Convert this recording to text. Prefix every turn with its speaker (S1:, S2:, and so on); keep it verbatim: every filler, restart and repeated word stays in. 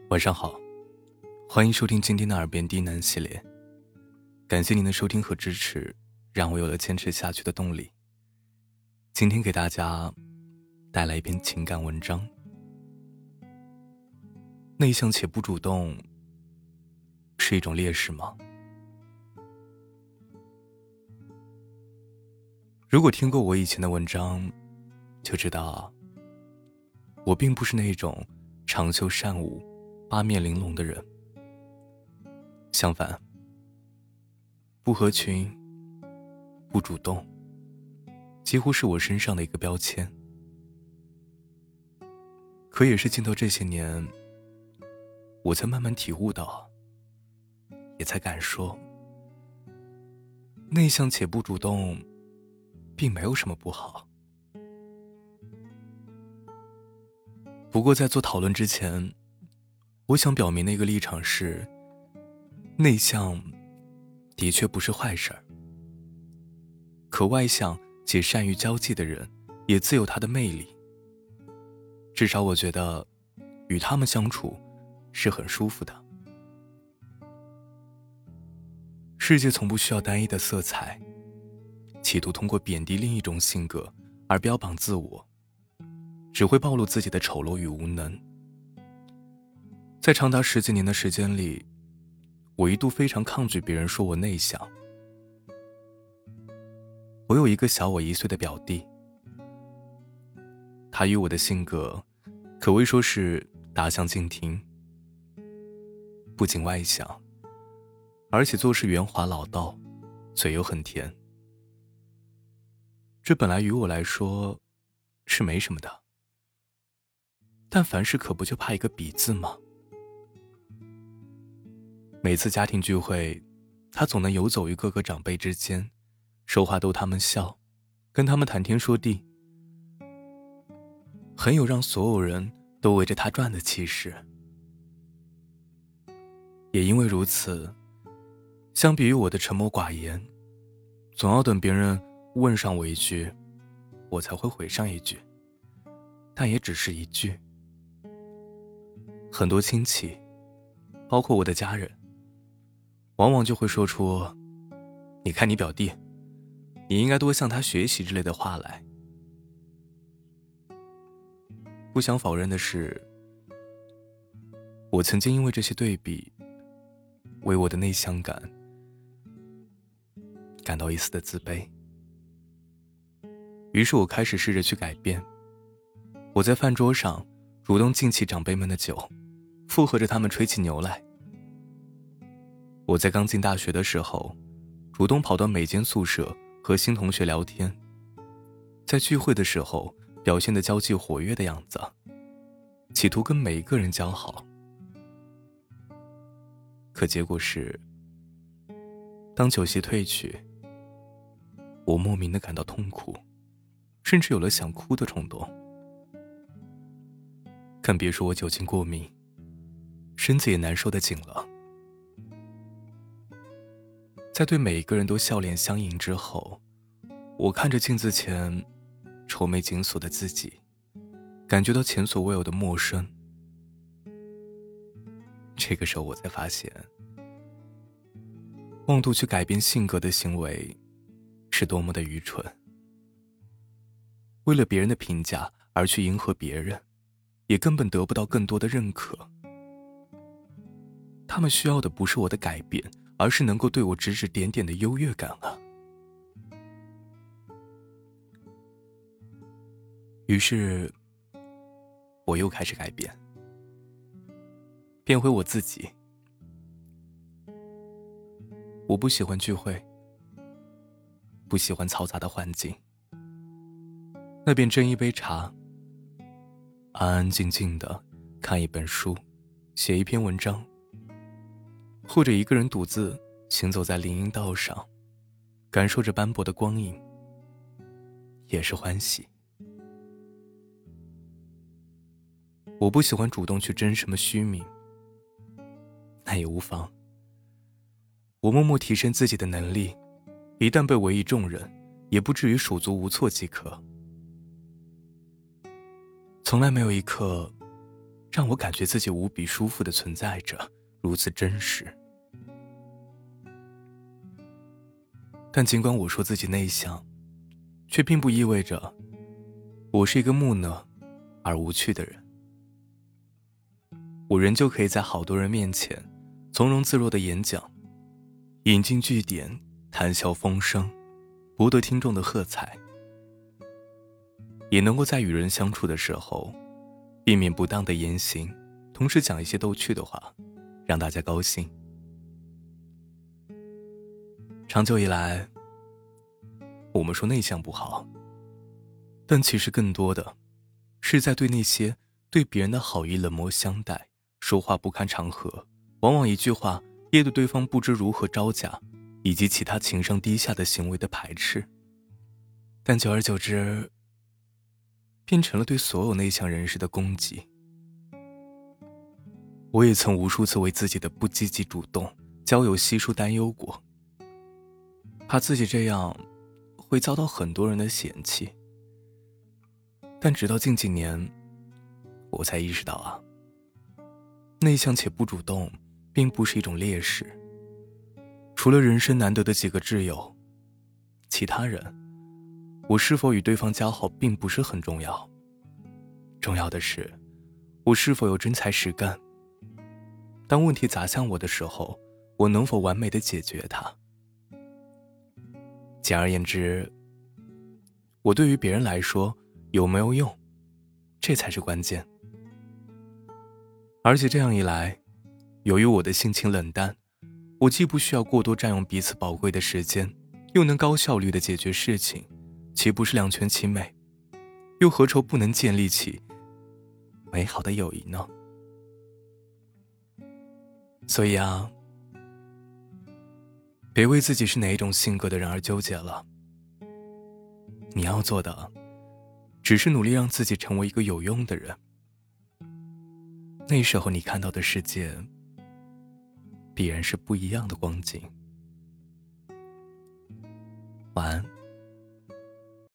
S1: 晚上好，欢迎收听今天的耳边低喃系列。感谢您的收听和支持，让我有了坚持下去的动力。今天给大家带来一篇情感文章。内向且不主动是一种劣势吗？如果听过我以前的文章，就知道我并不是那种长袖善舞、八面玲珑的人。相反，不合群、不主动，几乎是我身上的一个标签。可也是近到这些年，我才慢慢体悟到，也才敢说，内向且不主动并没有什么不好。不过在做讨论之前，我想表明的一个立场是，内向的确不是坏事儿，可外向且善于交际的人也自有他的魅力。至少我觉得与他们相处是很舒服的。世界从不需要单一的色彩，企图通过贬低另一种性格而标榜自我，只会暴露自己的丑陋与无能。在长达十几年的时间里，我一度非常抗拒别人说我内向。我有一个小我一岁的表弟，他与我的性格可谓说是大相径庭，不仅外向，而且做事圆滑老道，嘴又很甜。这本来于我来说是没什么的，但凡事可不就怕一个比字吗？每次家庭聚会，他总能游走于各个长辈之间，说话逗他们笑，跟他们谈天说地，很有让所有人都围着他转的气势。也因为如此，相比于我的沉默寡言，总要等别人问上我一句，我才会回上一句，但也只是一句。很多亲戚，包括我的家人，往往就会说出你看你表弟，你应该多向他学习之类的话来。不想否认的是，我曾经因为这些对比，为我的内向感感到一丝的自卑。于是我开始试着去改变。我在饭桌上主动敬起长辈们的酒，附和着他们吹起牛来。我在刚进大学的时候，主动跑到每间宿舍和新同学聊天，在聚会的时候表现得交际活跃的样子，企图跟每一个人交好。可结果是，当酒席退去，我莫名地感到痛苦，甚至有了想哭的冲动。更别说我酒精过敏，身子也难受得紧了。在对每一个人都笑脸相迎之后，我看着镜子前愁眉紧锁的自己，感觉到前所未有的陌生。这个时候我才发现，妄图去改变性格的行为是多么的愚蠢。为了别人的评价而去迎合别人，也根本得不到更多的认可。他们需要的不是我的改变，而是能够对我指指点点的优越感啊。于是我又开始改变，变回我自己。我不喜欢聚会，不喜欢嘈杂的环境，那便斟一杯茶，安安静静的看一本书，写一篇文章，或者一个人独自行走在林荫道上，感受着斑驳的光影，也是欢喜。我不喜欢主动去争什么虚名，那也无妨。我默默提升自己的能力，一旦被委以重任，也不至于手足无措即可。从来没有一刻让我感觉自己无比舒服地存在着，如此真实。但尽管我说自己内向，却并不意味着我是一个木讷而无趣的人。我仍旧可以在好多人面前从容自若地演讲，引经据典，谈笑风生，博得听众的喝彩，也能够在与人相处的时候避免不当的言行，同时讲一些逗趣的话，让大家高兴。长久以来，我们说内向不好，但其实更多的是在对那些对别人的好意冷漠相待，说话不看场合，往往一句话噎得对方不知如何招架，以及其他情商低下的行为的排斥。但久而久之，变成了对所有内向人士的攻击。我也曾无数次为自己的不积极主动、交友稀疏担忧过，怕自己这样会遭到很多人的嫌弃。但直到近几年，我才意识到啊，内向且不主动并不是一种劣势。除了人生难得的几个挚友，其他人，我是否与对方交好并不是很重要。重要的是，我是否有真才实干。当问题砸向我的时候，我能否完美地解决它。简而言之，我对于别人来说有没有用，这才是关键。而且这样一来，由于我的性情冷淡，我既不需要过多占用彼此宝贵的时间，又能高效率地解决事情，岂不是两全其美？又何愁不能建立起美好的友谊呢？所以啊，别为自己是哪一种性格的人而纠结了。你要做的，只是努力让自己成为一个有用的人。那时候你看到的世界，必然是不一样的光景。晚安。